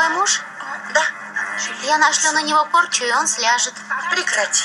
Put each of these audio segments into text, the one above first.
мой муж? Да, Я нашлю на него порчу, и он сляжет. прекрати.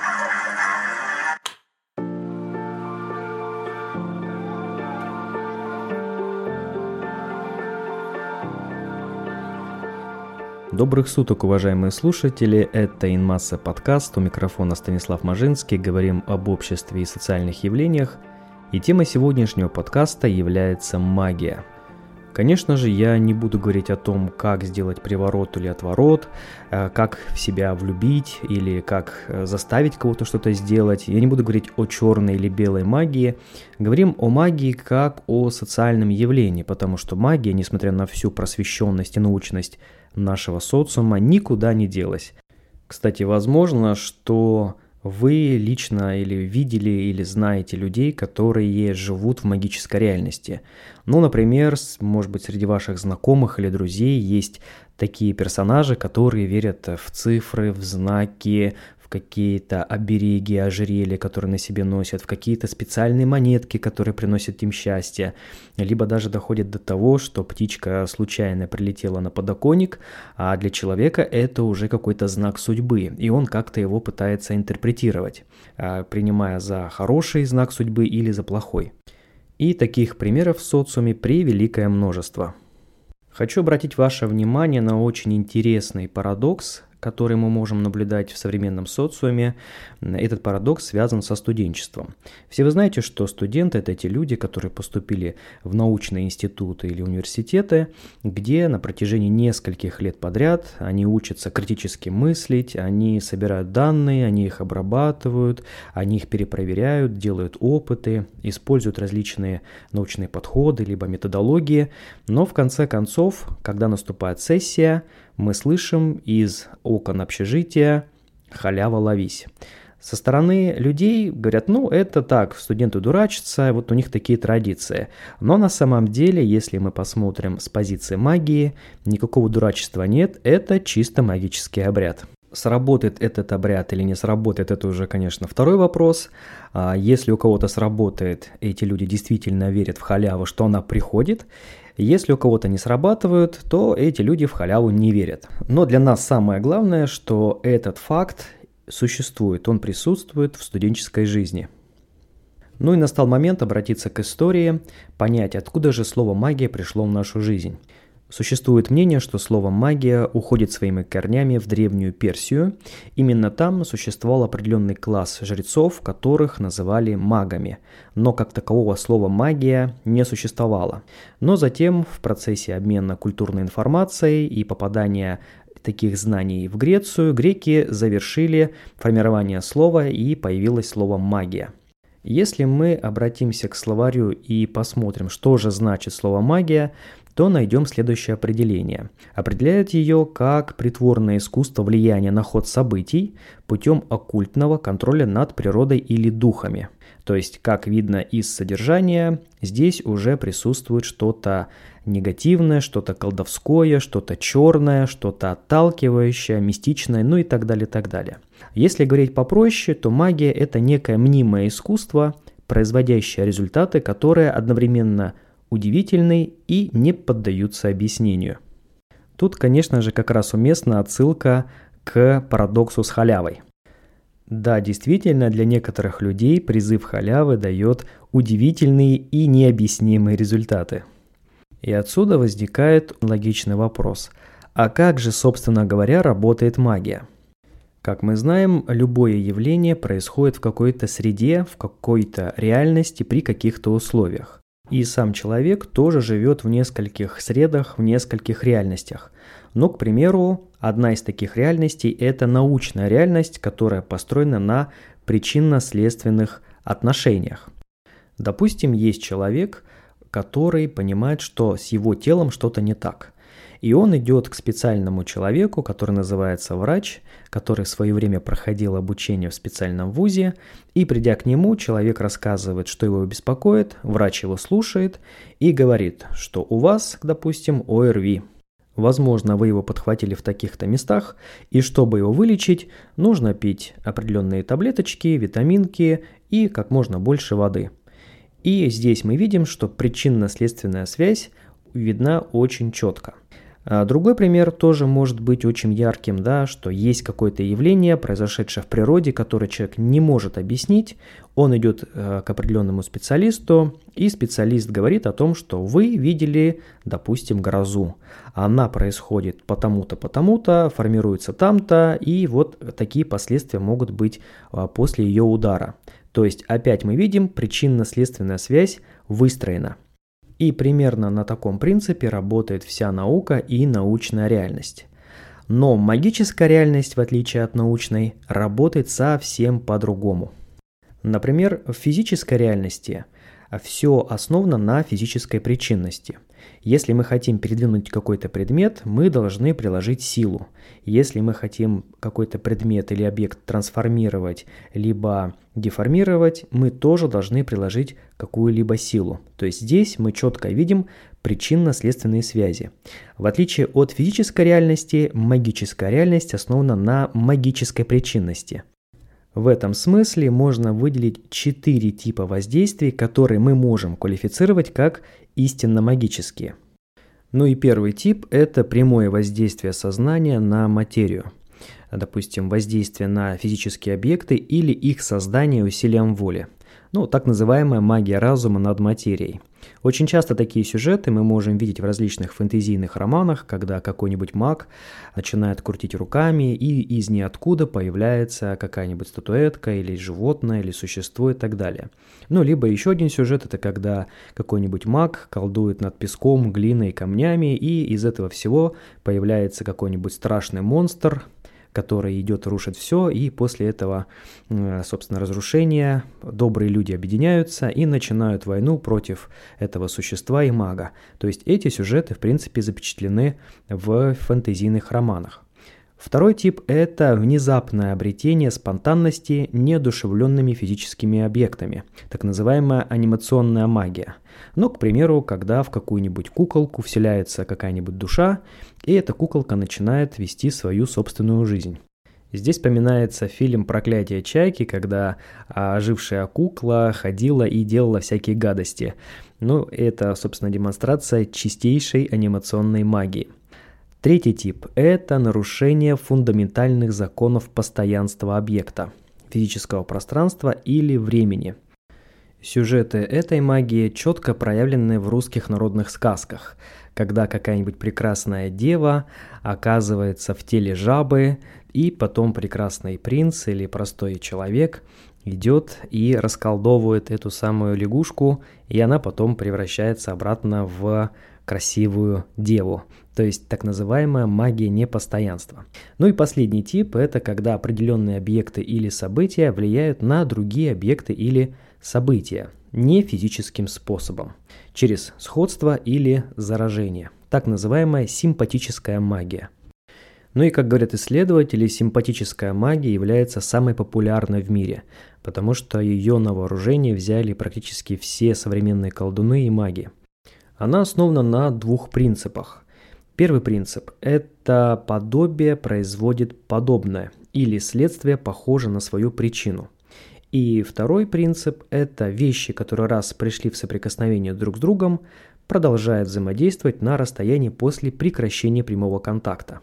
Добрых суток, уважаемые слушатели, это Инмасса подкаст, у микрофона Станислав Мажинский, говорим об обществе и социальных явлениях, и тема сегодняшнего подкаста является магия. Конечно же, я не буду говорить о том, как сделать приворот или отворот, как в себя влюбить или как заставить кого-то что-то сделать. Я не буду говорить о черной или белой магии. Говорим о магии как о социальном явлении, потому что магия, несмотря на всю просвещенность и научность нашего социума, никуда не делась. Кстати, возможно, что вы лично или видели, или знаете людей, которые живут в магической реальности. Ну, например, может быть, среди ваших знакомых или друзей есть такие персонажи, которые верят в цифры, в знаки, в какие-то обереги, ожерелья, которые на себе носят, в какие-то специальные монетки, которые приносят им счастье. Либо даже доходит до того, что птичка случайно прилетела на подоконник, а для человека это уже какой-то знак судьбы, и он как-то его пытается интерпретировать, принимая за хороший знак судьбы или за плохой. И таких примеров в социуме превеликое множество. Хочу обратить ваше внимание на очень интересный парадокс, который мы можем наблюдать в современном социуме. Этот парадокс связан со студенчеством. Все вы знаете, что студенты – это те люди, которые поступили в научные институты или университеты, где на протяжении нескольких лет подряд они учатся критически мыслить, они собирают данные, они их обрабатывают, они их перепроверяют, делают опыты, используют различные научные подходы либо методологии. Но в конце концов, когда наступает сессия, мы слышим из окон общежития «халява ловись». Со стороны людей говорят, это так, студенты дурачатся, вот у них такие традиции. Но на самом деле, если мы посмотрим с позиции магии, никакого дурачества нет, это чисто магический обряд. Сработает этот обряд или не сработает, это уже, конечно, второй вопрос. Если у кого-то сработает, эти люди действительно верят в халяву, что она приходит. Если у кого-то не срабатывают, то эти люди в халяву не верят. Но для нас самое главное, что этот факт существует, он присутствует в студенческой жизни. Ну и настал момент обратиться к истории, понять, откуда же слово «магия» пришло в нашу жизнь. Существует мнение, что слово «магия» уходит своими корнями в Древнюю Персию. Именно там существовал определенный класс жрецов, которых называли магами. Но как такового слова «магия» не существовало. Но затем в процессе обмена культурной информацией и попадания таких знаний в Грецию, греки завершили формирование слова, и появилось слово «магия». Если мы обратимся к словарю и посмотрим, что же значит слово «магия», то найдем следующее определение. Определяют ее как притворное искусство влияния на ход событий путем оккультного контроля над природой или духами. То есть, как видно из содержания, здесь уже присутствует что-то негативное, что-то колдовское, что-то черное, что-то отталкивающее, мистичное, и так далее, так далее. Если говорить попроще, то магия – это некое мнимое искусство, производящее результаты, которые одновременно удивительны и не поддаются объяснению. Тут, конечно же, как раз уместна отсылка к парадоксу с халявой. Да, действительно, для некоторых людей призыв халявы дает удивительные и необъяснимые результаты. И отсюда возникает логичный вопрос: а как же, собственно говоря, работает магия? Как мы знаем, любое явление происходит в какой-то среде, в какой-то реальности при каких-то условиях. И сам человек тоже живет в нескольких средах, в нескольких реальностях. Но, к примеру, одна из таких реальностей – это научная реальность, которая построена на причинно-следственных отношениях. Допустим, есть человек, который понимает, что с его телом что-то не так. И он идет к специальному человеку, который называется врач, который в свое время проходил обучение в специальном вузе, и придя к нему, человек рассказывает, что его беспокоит, врач его слушает и говорит, что у вас, допустим, ОРВИ. Возможно, вы его подхватили в таких-то местах, и чтобы его вылечить, нужно пить определенные таблеточки, витаминки и как можно больше воды. И здесь мы видим, что причинно-следственная связь видна очень четко. Другой пример тоже может быть очень ярким, да, что есть какое-то явление, произошедшее в природе, которое человек не может объяснить. Он идет к определенному специалисту, и специалист говорит о том, что вы видели, допустим, грозу. Она происходит потому-то, потому-то, формируется там-то, и вот такие последствия могут быть после ее удара. То есть опять мы видим, причинно-следственная связь выстроена. И примерно на таком принципе работает вся наука и научная реальность. Но магическая реальность, в отличие от научной, работает совсем по-другому. Например, в физической реальности все основано на физической причинности. Если мы хотим передвинуть какой-то предмет, мы должны приложить силу. Если мы хотим какой-то предмет или объект трансформировать, либо деформировать, мы тоже должны приложить какую-либо силу. То есть здесь мы четко видим причинно-следственные связи. В отличие от физической реальности, магическая реальность основана на магической причинности. В этом смысле можно выделить 4 типа воздействий, которые мы можем квалифицировать как истинно магические. Ну и первый тип – это прямое воздействие сознания на материю. Допустим, воздействие на физические объекты или их создание усилием воли. Ну, так называемая магия разума над материей. Очень часто такие сюжеты мы можем видеть в различных фэнтезийных романах, когда какой-нибудь маг начинает крутить руками, и из ниоткуда появляется какая-нибудь статуэтка, или животное, или существо и так далее. Ну, либо еще один сюжет – это когда какой-нибудь маг колдует над песком, глиной, камнями, и из этого всего появляется какой-нибудь страшный монстр, который идет рушить все, и после этого, собственно, разрушения добрые люди объединяются и начинают войну против этого существа и мага. То есть эти сюжеты, в принципе, запечатлены в фэнтезийных романах. Второй тип – это внезапное обретение спонтанности неодушевленными физическими объектами, так называемая анимационная магия. Ну, к примеру, когда в какую-нибудь куколку вселяется какая-нибудь душа, и эта куколка начинает вести свою собственную жизнь. Здесь вспоминается фильм «Проклятие чайки», когда ожившая кукла ходила и делала всякие гадости. Ну, это, собственно, демонстрация чистейшей анимационной магии. Третий тип – это нарушение фундаментальных законов постоянства объекта, физического пространства или времени. Сюжеты этой магии четко проявлены в русских народных сказках, когда какая-нибудь прекрасная дева оказывается в теле жабы, и потом прекрасный принц или простой человек идет и расколдовывает эту самую лягушку, и она потом превращается обратно в красивую деву. То есть так называемая магия непостоянства. Ну и последний тип – это когда определенные объекты или события влияют на другие объекты или события не физическим способом, через сходство или заражение. Так называемая симпатическая магия. Ну и, как говорят исследователи, симпатическая магия является самой популярной в мире, потому что ее на вооружение взяли практически все современные колдуны и маги. Она основана на 2 принципах. Первый принцип – это подобие производит подобное, или следствие похоже на свою причину. И второй принцип – это вещи, которые раз пришли в соприкосновение друг с другом, продолжают взаимодействовать на расстоянии после прекращения прямого контакта.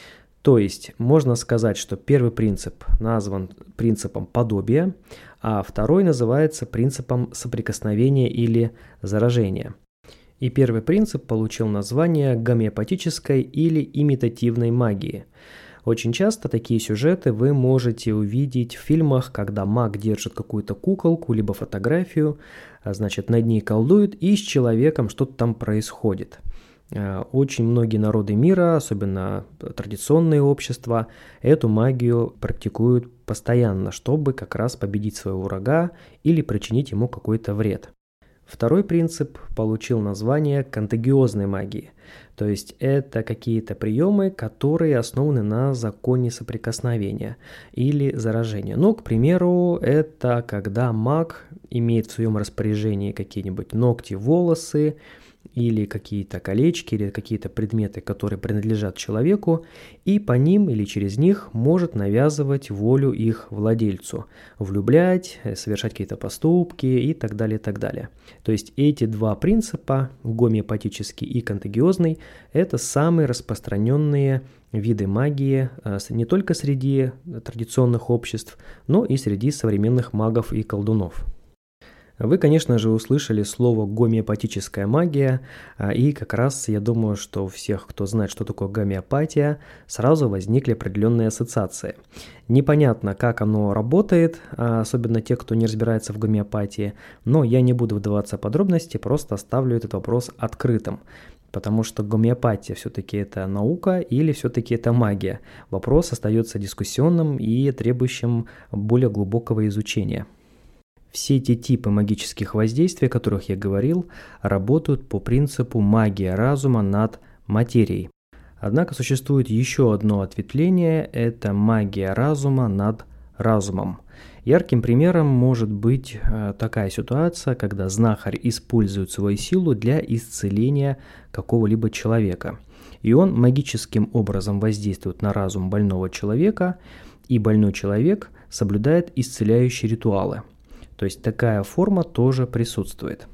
То есть можно сказать, что первый принцип назван принципом подобия, а второй называется принципом соприкосновения или заражения. И первый принцип получил название гомеопатической или имитативной магии. Очень часто такие сюжеты вы можете увидеть в фильмах, когда маг держит какую-то куколку либо фотографию, значит, над ней колдует, и с человеком что-то там происходит. Очень многие народы мира, особенно традиционные общества, эту магию практикуют постоянно, чтобы как раз победить своего врага или причинить ему какой-то вред. Второй принцип получил название контагиозной магии, то есть это какие-то приемы, которые основаны на законе соприкосновения или заражения. Ну, к примеру, это когда маг имеет в своем распоряжении какие-нибудь ногти, волосы, или какие-то колечки, или какие-то предметы, которые принадлежат человеку, и по ним или через них может навязывать волю их владельцу, влюблять, совершать какие-то поступки и так далее, и так далее. То есть эти два принципа, гомеопатический и контагиозный, это самые распространенные виды магии не только среди традиционных обществ, но и среди современных магов и колдунов. Вы, конечно же, услышали слово «гомеопатическая магия», и как раз я думаю, что у всех, кто знает, что такое гомеопатия, сразу возникли определенные ассоциации. Непонятно, как оно работает, особенно те, кто не разбирается в гомеопатии, но я не буду вдаваться в подробности, просто оставлю этот вопрос открытым. Потому что гомеопатия все-таки это наука или все-таки это магия? Вопрос остается дискуссионным и требующим более глубокого изучения. Все эти типы магических воздействий, о которых я говорил, работают по принципу магия разума над материей. Однако существует еще одно ответвление – это магия разума над разумом. Ярким примером может быть такая ситуация, когда знахарь использует свою силу для исцеления какого-либо человека. И он магическим образом воздействует на разум больного человека, и больной человек соблюдает исцеляющие ритуалы. То есть такая форма тоже присутствует.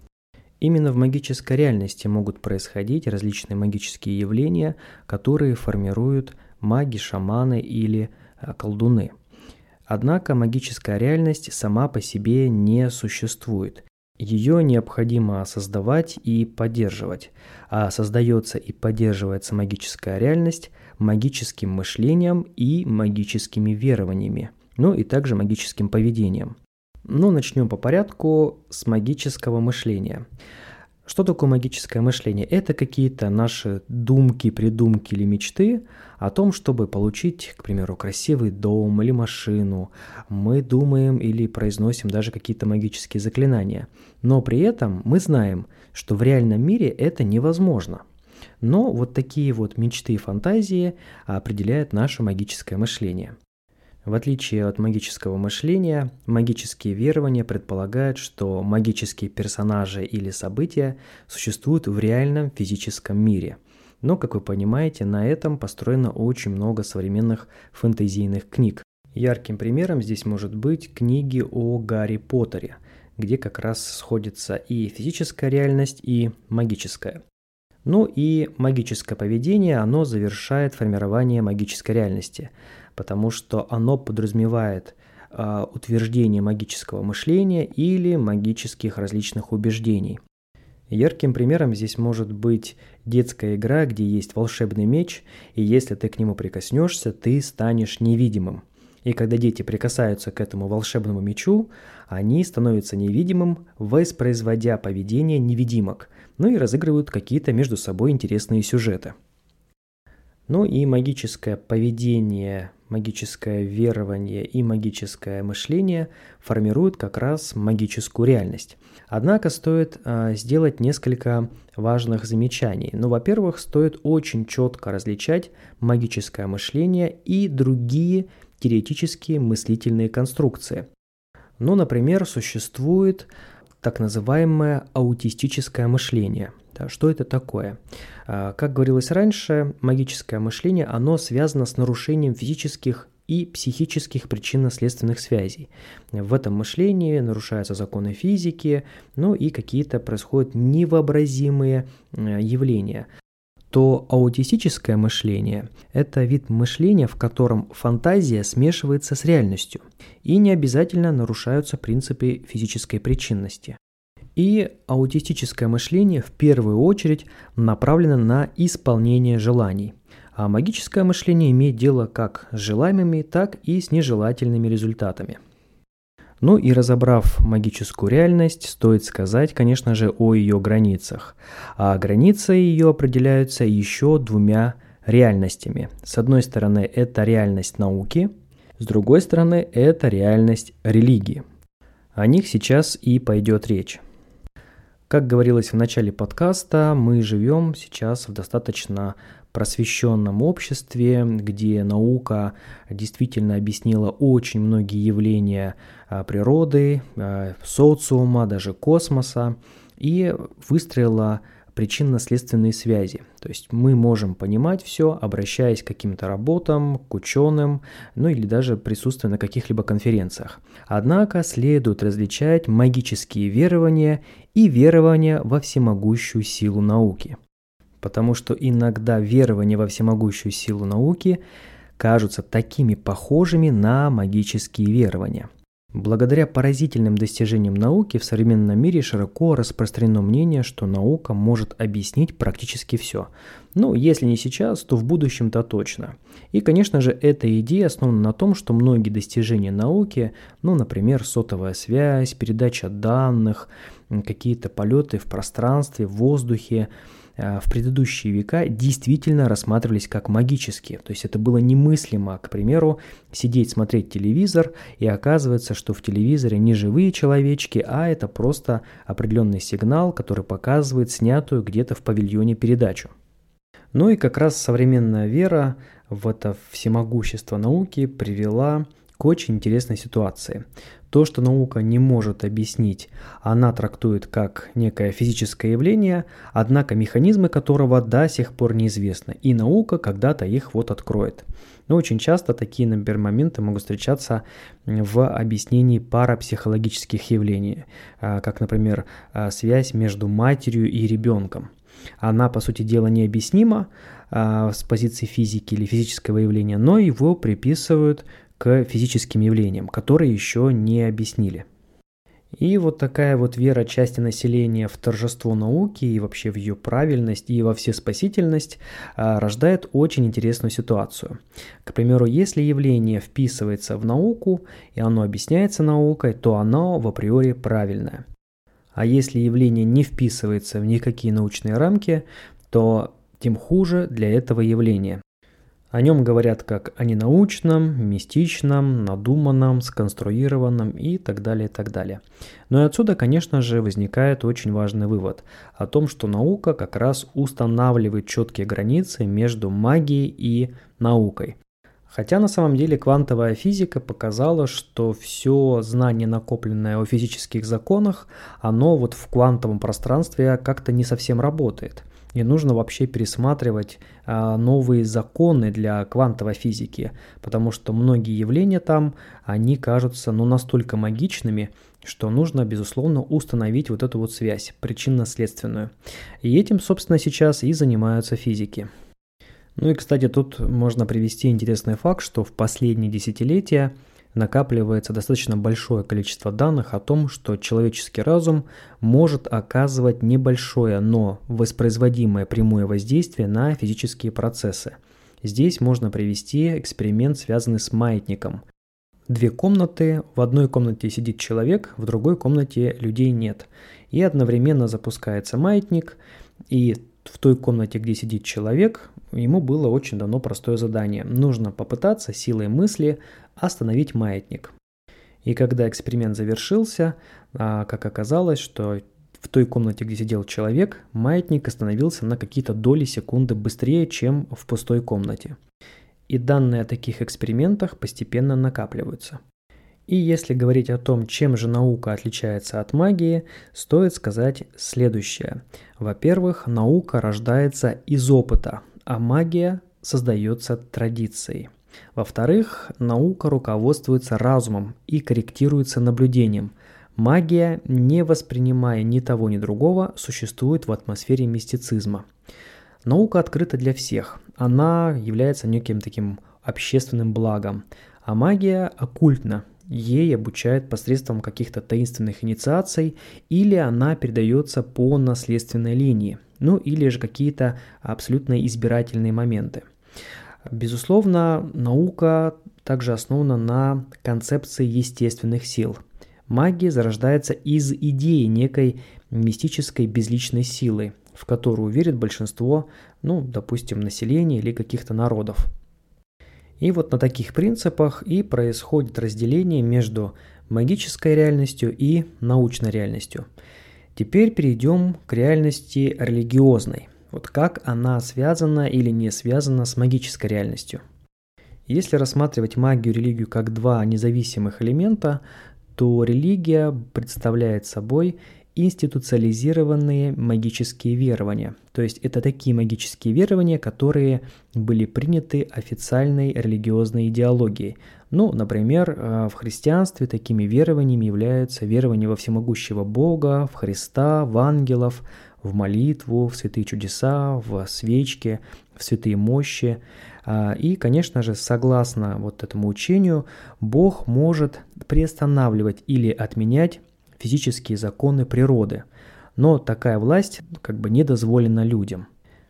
Именно в магической реальности могут происходить различные магические явления, которые формируют маги, шаманы или колдуны. Однако магическая реальность сама по себе не существует. Ее необходимо создавать и поддерживать. А создается и поддерживается магическая реальность магическим мышлением и магическими верованиями, ну и также магическим поведением. Но начнем по порядку с магического мышления. Что такое магическое мышление? Это какие-то наши думки, придумки или мечты о том, чтобы получить, к примеру, красивый дом или машину. Мы думаем или произносим даже какие-то магические заклинания. Но при этом мы знаем, что в реальном мире это невозможно. Но вот такие вот мечты и фантазии определяют наше магическое мышление. В отличие от магического мышления, магические верования предполагают, что магические персонажи или события существуют в реальном физическом мире. Но, как вы понимаете, на этом построено очень много современных фэнтезийных книг. Ярким примером здесь может быть книги о Гарри Поттере, где как раз сходится и физическая реальность, и магическая. Ну и магическое поведение, оно завершает формирование магической реальности, потому что оно подразумевает утверждение магического мышления или магических различных убеждений. Ярким примером здесь может быть детская игра, где есть волшебный меч, и если ты к нему прикоснешься, ты станешь невидимым. И когда дети прикасаются к этому волшебному мечу, они становятся невидимым, воспроизводя поведение невидимок, ну и разыгрывают какие-то между собой интересные сюжеты. Ну и магическое поведение, магическое верование и магическое мышление формируют как раз магическую реальность. Однако стоит сделать несколько важных замечаний. Ну, во-первых, стоит очень четко различать магическое мышление и другие теоретические мыслительные конструкции. Ну, например, существует так называемое аутистическое мышление. Да, что это такое? Как говорилось раньше, магическое мышление, оно связано с нарушением физических и психических причинно-следственных связей. В этом мышлении нарушаются законы физики, ну и какие-то происходят невообразимые явления. То аутистическое мышление – это вид мышления, в котором фантазия смешивается с реальностью, и не обязательно нарушаются принципы физической причинности. И аутистическое мышление в первую очередь направлено на исполнение желаний, а магическое мышление имеет дело как с желаемыми, так и с нежелательными результатами. Ну и разобрав магическую реальность, стоит сказать, конечно же, о ее границах. А границы ее определяются еще двумя реальностями. С одной стороны, это реальность науки, с другой стороны, это реальность религии. О них сейчас и пойдет речь. Как говорилось в начале подкаста, мы живем сейчас в достаточно просвещенном обществе, где наука действительно объяснила очень многие явления природы, социума, даже космоса, и выстроила причинно-следственные связи. То есть мы можем понимать все, обращаясь к каким-то работам, к ученым, ну или даже присутствуя на каких-либо конференциях. Однако следует различать магические верования и верования во всемогущую силу науки. Потому что иногда верования во всемогущую силу науки кажутся такими похожими на магические верования. Благодаря поразительным достижениям науки в современном мире широко распространено мнение, что наука может объяснить практически все. Ну, если не сейчас, то в будущем-то точно. И, конечно же, эта идея основана на том, что многие достижения науки, ну, например, сотовая связь, передача данных, какие-то полеты в пространстве, в воздухе, в предыдущие века действительно рассматривались как магические. То есть это было немыслимо, к примеру, сидеть, смотреть телевизор, и оказывается, что в телевизоре не живые человечки, а это просто определенный сигнал, который показывает снятую где-то в павильоне передачу. Ну и как раз современная вера в это всемогущество науки привела к очень интересной ситуации. То, что наука не может объяснить, она трактует как некое физическое явление, однако механизмы которого до сих пор неизвестны, и наука когда-то их вот откроет. Но очень часто такие, например, моменты могут встречаться в объяснении парапсихологических явлений, как, например, связь между матерью и ребенком. Она, по сути дела, необъяснима с позиции физики или физического явления, но его приписывают к физическим явлениям, которые еще не объяснили. И вот такая вот вера части населения в торжество науки и вообще в ее правильность и во всеспасительность рождает очень интересную ситуацию. К примеру, если явление вписывается в науку и оно объясняется наукой, то оно в априори правильное. А если явление не вписывается в никакие научные рамки, то тем хуже для этого явления. О нем говорят как о ненаучном, мистичном, надуманном, сконструированном и так далее, и так далее. Но и отсюда, конечно же, возникает очень важный вывод о том, что наука как раз устанавливает четкие границы между магией и наукой. Хотя на самом деле квантовая физика показала, что все знание, накопленное о физических законах, оно вот в квантовом пространстве как-то не совсем работает. И нужно вообще пересматривать новые законы для квантовой физики, потому что многие явления там, они кажутся настолько магичными, что нужно, безусловно, установить вот эту вот связь, причинно-следственную. И этим, собственно, сейчас и занимаются физики. Ну и, кстати, тут можно привести интересный факт, что в последние десятилетия накапливается достаточно большое количество данных о том, что человеческий разум может оказывать небольшое, но воспроизводимое прямое воздействие на физические процессы. Здесь можно привести эксперимент, связанный с маятником. Две комнаты, в одной комнате сидит человек, в другой комнате людей нет. И одновременно запускается маятник, и в той комнате, где сидит человек, ему было очень дано простое задание. Нужно попытаться силой мысли остановить маятник. И когда эксперимент завершился, как оказалось, что в той комнате, где сидел человек, маятник остановился на какие-то доли секунды быстрее, чем в пустой комнате. И данные о таких экспериментах постепенно накапливаются. И если говорить о том, чем же наука отличается от магии, стоит сказать следующее. Во-первых, наука рождается из опыта, а магия создается традицией. Во-вторых, наука руководствуется разумом и корректируется наблюдением. Магия, не воспринимая ни того, ни другого, существует в атмосфере мистицизма. Наука открыта для всех, она является неким таким общественным благом, а магия оккультна. Ей обучают посредством каких-то таинственных инициаций, или она передается по наследственной линии, или же какие-то абсолютно избирательные моменты. Безусловно, наука также основана на концепции естественных сил. Магия зарождается из идеи некой мистической безличной силы, в которую верит большинство, допустим, населения или каких-то народов. И вот на таких принципах и происходит разделение между магической реальностью и научной реальностью. Теперь перейдем к реальности религиозной. Вот как она связана или не связана с магической реальностью. Если рассматривать магию и религию как два независимых элемента, то религия представляет собой институциализированные магические верования. То есть это такие магические верования, которые были приняты официальной религиозной идеологией. Ну, например, в христианстве такими верованиями являются верования во всемогущего Бога, в Христа, в ангелов, в молитву, в святые чудеса, в свечки, в святые мощи. И, конечно же, согласно вот этому учению, Бог может приостанавливать или отменять физические законы природы, но такая власть как бы не дозволена людям.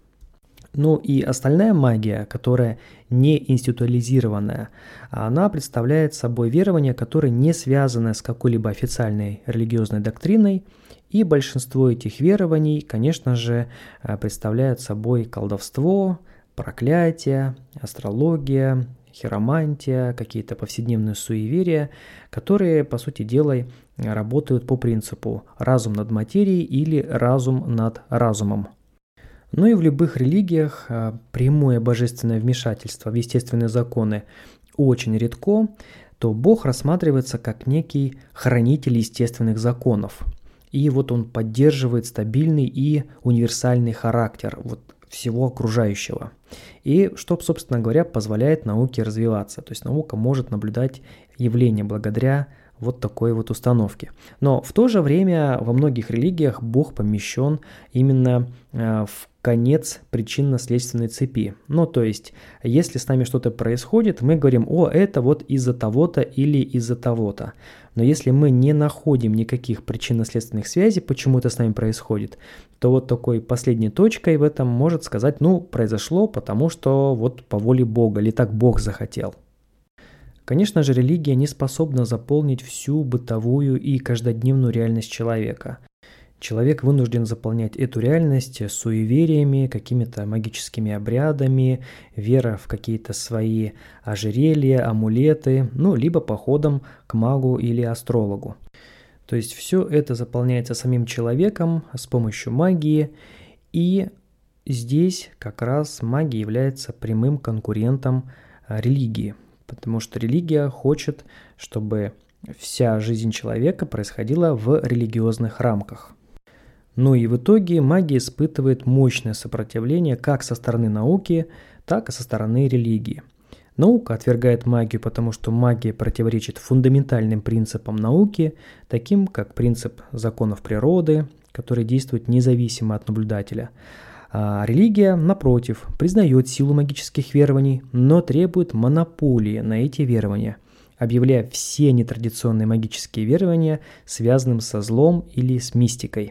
Ну и остальная магия, которая не институализированная, она представляет собой верования, которые не связаны с какой-либо официальной религиозной доктриной, и большинство этих верований, конечно же, представляют собой колдовство, проклятие, астрология, хиромантия, какие-то повседневные суеверия, которые, по сути дела, работают по принципу разум над материей или разум над разумом. Ну и в любых религиях прямое божественное вмешательство в естественные законы очень редко, то Бог рассматривается как некий хранитель естественных законов. И вот он поддерживает стабильный и универсальный характер всего окружающего. И что, собственно говоря, позволяет науке развиваться. То есть наука может наблюдать явления благодаря вот такой вот установке. Но в то же время во многих религиях Бог помещен именно в конец причинно-следственной цепи. Ну, то есть, если с нами что-то происходит, мы говорим: о, это вот из-за того-то или из-за того-то. Но если мы не находим никаких причинно-следственных связей, почему это с нами происходит, то вот такой последней точкой в этом может сказать: ну, произошло, потому что вот по воле Бога, или так Бог захотел. Конечно же, религия не способна заполнить всю бытовую и каждодневную реальность человека. Человек вынужден заполнять эту реальность суевериями, какими-то магическими обрядами, вера в какие-то свои ожерелья, амулеты, ну, либо походом к магу или астрологу. То есть все это заполняется самим человеком с помощью магии, и здесь как раз магия является прямым конкурентом религии, потому что религия хочет, чтобы вся жизнь человека происходила в религиозных рамках. Ну и в итоге магия испытывает мощное сопротивление как со стороны науки, так и со стороны религии. Наука отвергает магию, потому что магия противоречит фундаментальным принципам науки, таким как принцип законов природы, который действует независимо от наблюдателя. А религия, напротив, признает силу магических верований, но требует монополии на эти верования, объявляя все нетрадиционные магические верования связанным со злом или с мистикой.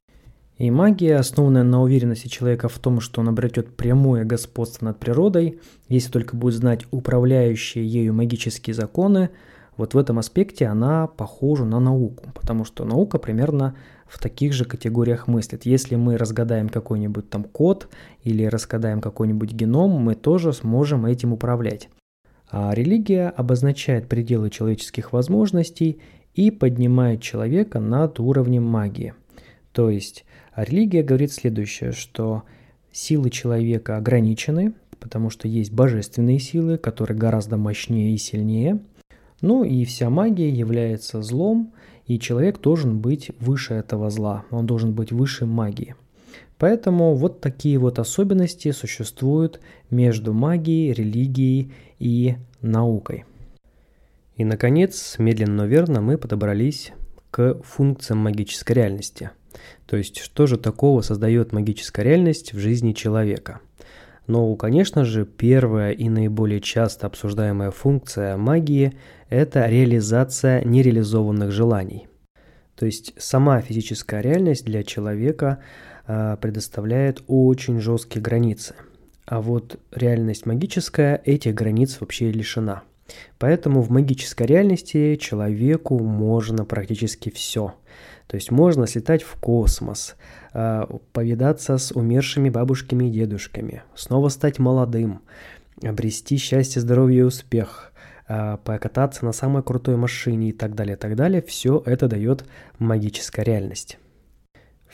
И магия, основанная на уверенности человека в том, что он обретет прямое господство над природой, если только будет знать управляющие ею магические законы, вот в этом аспекте она похожа на науку, потому что наука примерно в таких же категориях мыслит. Если мы разгадаем какой-нибудь там код или разгадаем какой-нибудь геном, мы тоже сможем этим управлять. А религия обозначает пределы человеческих возможностей и поднимает человека над уровнем магии. То есть религия говорит следующее, что силы человека ограничены, потому что есть божественные силы, которые гораздо мощнее и сильнее. Ну и вся магия является злом, и человек должен быть выше этого зла, он должен быть выше магии. Поэтому вот такие вот особенности существуют между магией, религией и наукой. И, наконец, медленно, но верно мы подобрались к функциям магической реальности. То есть, что же такого создает магическая реальность в жизни человека? Ну, конечно же, первая и наиболее часто обсуждаемая функция магии – это реализация нереализованных желаний. То есть, сама физическая реальность для человека предоставляет очень жесткие границы. А вот реальность магическая этих границ вообще лишена. Поэтому в магической реальности человеку можно практически все. То есть можно слетать в космос, повидаться с умершими бабушками и дедушками, снова стать молодым, обрести счастье, здоровье и успех, покататься на самой крутой машине и так далее, так далее. Все это дает магическая реальность.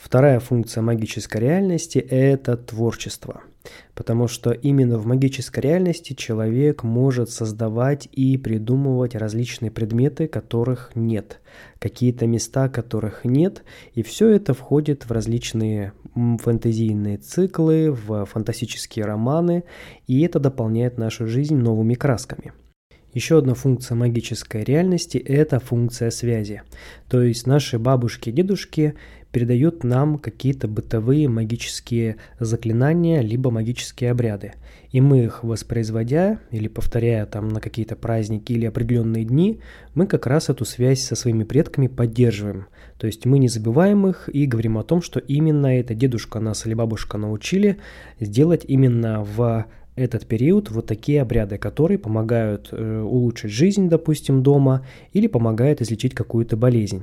Вторая функция магической реальности – это творчество. Потому что именно в магической реальности человек может создавать и придумывать различные предметы, которых нет, какие-то места, которых нет, и все это входит в различные фэнтезийные циклы, в фантастические романы, и это дополняет нашу жизнь новыми красками. Еще одна функция магической реальности – это функция связи. То есть наши бабушки и дедушки передают нам какие-то бытовые магические заклинания, либо магические обряды. И мы их воспроизводя или повторяя там на какие-то праздники или определенные дни, мы как раз эту связь со своими предками поддерживаем. То есть мы не забываем их и говорим о том, что именно это дедушка нас или бабушка научили сделать именно в этот период вот такие обряды, которые помогают улучшить жизнь, допустим, дома или помогают излечить какую-то болезнь.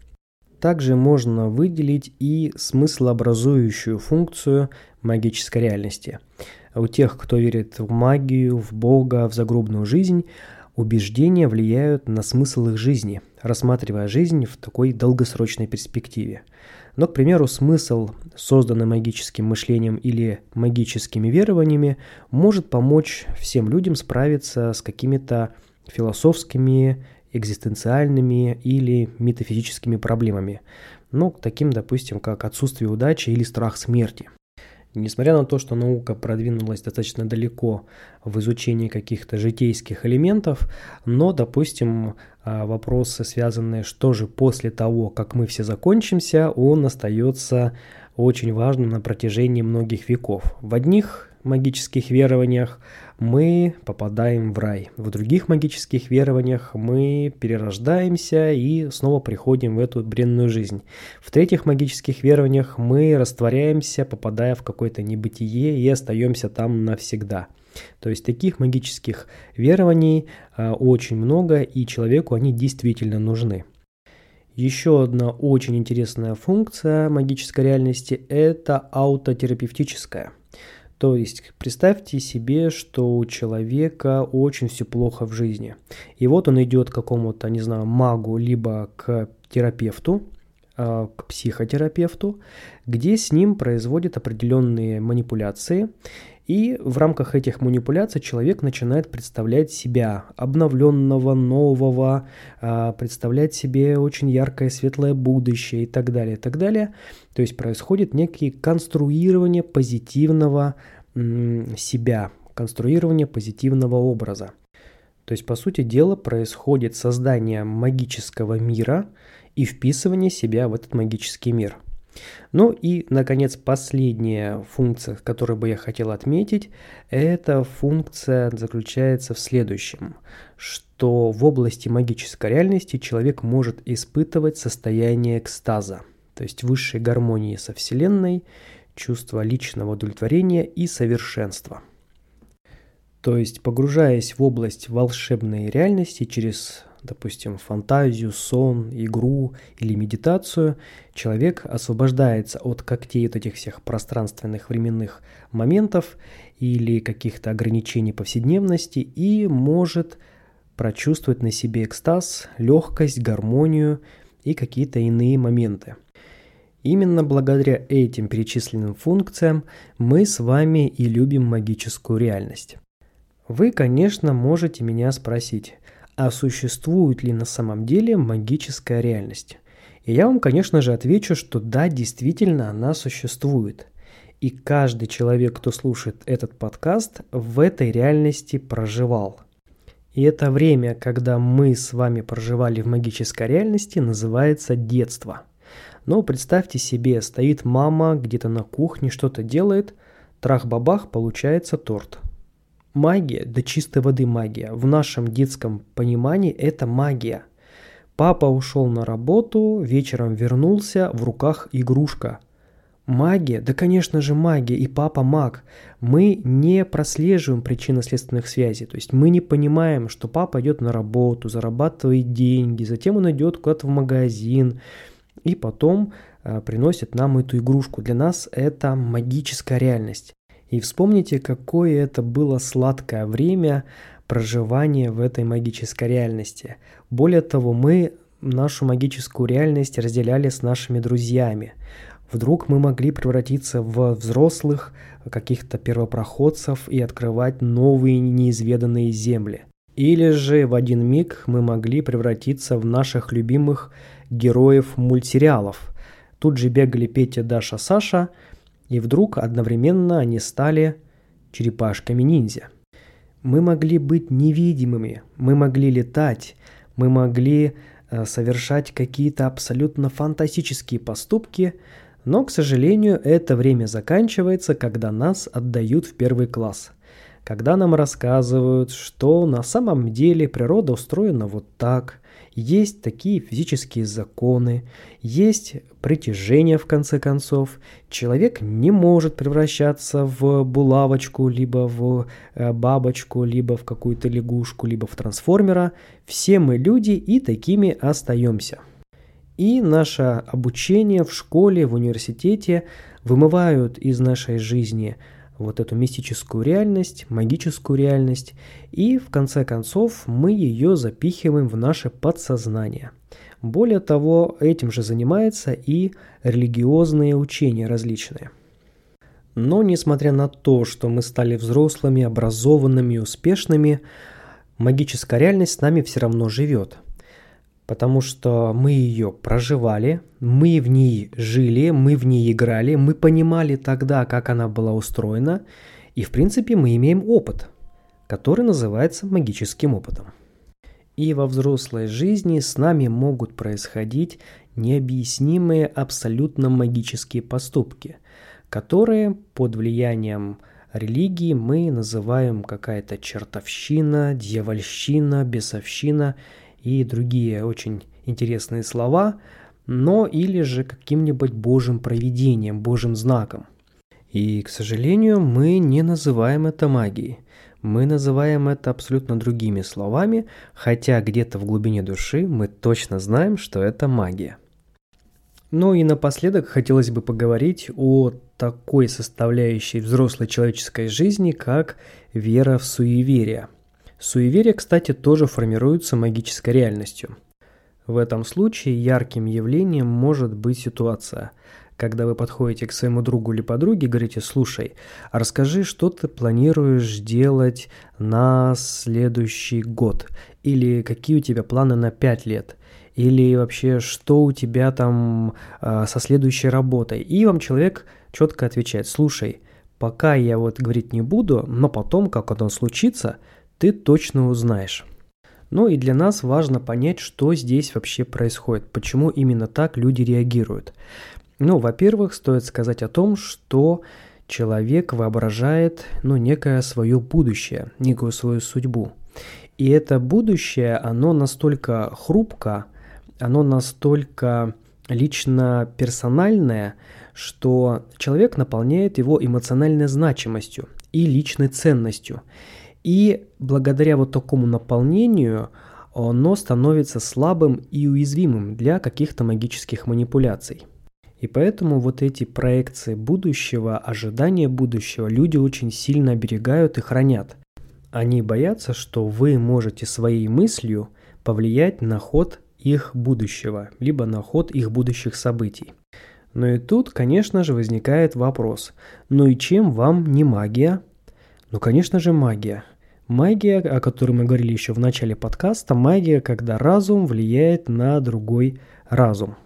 Также можно выделить и смыслообразующую функцию магической реальности. У тех, кто верит в магию, в Бога, в загробную жизнь, убеждения влияют на смысл их жизни, рассматривая жизнь в такой долгосрочной перспективе. Но, к примеру, смысл, созданный магическим мышлением или магическими верованиями, может помочь всем людям справиться с какими-то философскими, экзистенциальными или метафизическими проблемами, таким, допустим, как отсутствие удачи или страх смерти. Несмотря на то, что наука продвинулась достаточно далеко в изучении каких-то житейских элементов, но, допустим, вопросы, связанные, что же после того, как мы все закончимся, он остается очень важным на протяжении многих веков. В одних магических верованиях мы попадаем в рай, в других магических верованиях мы перерождаемся и снова приходим в эту бренную жизнь. В третьих магических верованиях мы растворяемся, попадая в какое-то небытие и остаемся там навсегда. То есть таких магических верований очень много, и человеку они действительно нужны. Еще одна очень интересная функция магической реальности – это аутотерапевтическая. То есть представьте себе, что у человека очень все плохо в жизни. И вот он идет к какому-то, магу, либо к терапевту, к психотерапевту, где с ним производят определенные манипуляции. И в рамках этих манипуляций человек начинает представлять себя обновленного, нового, представлять себе очень яркое, светлое будущее и так далее, и так далее. То есть происходит некое конструирование позитивного себя, конструирование позитивного образа. То есть, по сути дела, происходит создание магического мира и вписывание себя в этот магический мир. И, наконец, последняя функция, которую бы я хотел отметить, эта функция заключается в следующем, что в области магической реальности человек может испытывать состояние экстаза, то есть высшей гармонии со Вселенной, чувство личного удовлетворения и совершенства. То есть, погружаясь в область волшебной реальности через, допустим, фантазию, сон, игру или медитацию, человек освобождается от когтей этих всех пространственных временных моментов или каких-то ограничений повседневности и может прочувствовать на себе экстаз, легкость, гармонию и какие-то иные моменты. Именно благодаря этим перечисленным функциям мы с вами и любим магическую реальность. Вы, конечно, можете меня спросить, а существует ли на самом деле магическая реальность? И я вам, конечно же, отвечу, что да, действительно она существует. И каждый человек, кто слушает этот подкаст, в этой реальности проживал. И это время, когда мы с вами проживали в магической реальности, называется детство. Но представьте себе, стоит мама где-то на кухне, что-то делает, трах-бабах, получается торт. Магия, до чистой воды магия. В нашем детском понимании это магия. Папа ушел на работу, вечером вернулся, в руках игрушка. Магия? Да, конечно же, магия, и папа маг. Мы не прослеживаем причинно-следственных связей, то есть мы не понимаем, что папа идет на работу, зарабатывает деньги, затем он идет куда-то в магазин, и потом приносит нам эту игрушку. Для нас это магическая реальность. И вспомните, какое это было сладкое время проживания в этой магической реальности. Более того, мы нашу магическую реальность разделяли с нашими друзьями. Вдруг мы могли превратиться в взрослых каких-то первопроходцев и открывать новые неизведанные земли. Или же в один миг мы могли превратиться в наших любимых героев мультсериалов. Тут же бегали Петя, Даша, Саша, и вдруг одновременно они стали черепашками-ниндзя. Мы могли быть невидимыми, мы могли летать, мы могли совершать какие-то абсолютно фантастические поступки, но, к сожалению, это время заканчивается, когда нас отдают в первый класс. Когда нам рассказывают, что на самом деле природа устроена вот так, есть такие физические законы, есть притяжение в конце концов, человек не может превращаться в булавочку, либо в бабочку, либо в какую-то лягушку, либо в трансформера, все мы люди и такими остаемся. И наше обучение в школе, в университете вымывают из нашей жизни вот эту мистическую реальность, магическую реальность, и в конце концов мы ее запихиваем в наше подсознание. Более того, этим же занимаются и религиозные учения различные. Но несмотря на то, что мы стали взрослыми, образованными и успешными, магическая реальность с нами все равно живет. Потому что мы ее проживали, мы в ней жили, мы в ней играли, мы понимали тогда, как она была устроена, и в принципе мы имеем опыт, который называется магическим опытом. И во взрослой жизни с нами могут происходить необъяснимые абсолютно магические поступки, которые под влиянием религии мы называем какая-то чертовщина, дьявольщина, бесовщина и другие очень интересные слова, но или же каким-нибудь Божьим провидением, Божьим знаком. И, к сожалению, мы не называем это магией. Мы называем это абсолютно другими словами, хотя где-то в глубине души мы точно знаем, что это магия. Ну и напоследок хотелось бы поговорить о такой составляющей взрослой человеческой жизни, как вера в суеверие. Суеверие, кстати, тоже формируется магической реальностью. В этом случае ярким явлением может быть ситуация, когда вы подходите к своему другу или подруге и говорите: «Слушай, а расскажи, что ты планируешь делать на следующий год?» Или «Какие у тебя планы на 5 лет?» Или вообще, что у тебя там со следующей работой? И вам человек четко отвечает: «Слушай, пока я вот говорить не буду, но потом, как оно случится, ты точно узнаешь». Ну и для нас важно понять, что здесь вообще происходит, почему именно так люди реагируют. Ну, во-первых, стоит сказать о том, что человек воображает, некое свое будущее, некую свою судьбу. И это будущее, оно настолько хрупко, оно настолько лично персональное, что человек наполняет его эмоциональной значимостью и личной ценностью. И благодаря вот такому наполнению оно становится слабым и уязвимым для каких-то магических манипуляций. И поэтому вот эти проекции будущего, ожидания будущего люди очень сильно оберегают и хранят. Они боятся, что вы можете своей мыслью повлиять на ход их будущего, либо на ход их будущих событий. Но и тут, конечно же, возникает вопрос: и чем вам не магия? Конечно же, магия. Магия, о которой мы говорили еще в начале подкаста, магия, когда разум влияет на другой разум.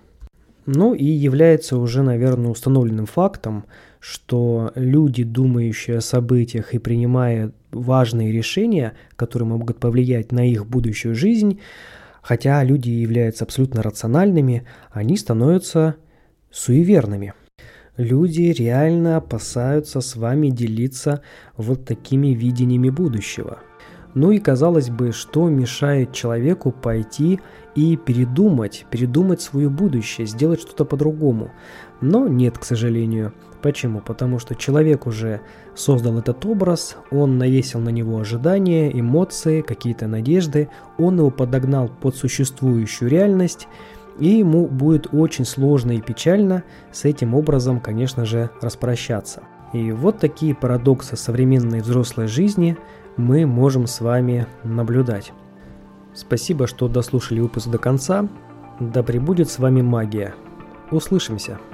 И является уже, наверное, установленным фактом, что люди, думающие о событиях и принимая важные решения, которые могут повлиять на их будущую жизнь, хотя люди являются абсолютно рациональными, они становятся суеверными. Люди реально опасаются с вами делиться вот такими видениями будущего. И казалось бы, что мешает человеку пойти и передумать свое будущее, сделать что-то по-другому. Но нет, к сожалению. Почему? Потому что человек уже создал этот образ, он навесил на него ожидания, эмоции, какие-то надежды, он его подогнал под существующую реальность, и ему будет очень сложно и печально с этим образом, конечно же, распрощаться. И вот такие парадоксы современной взрослой жизни мы можем с вами наблюдать. Спасибо, что дослушали выпуск до конца. Да пребудет с вами магия. Услышимся!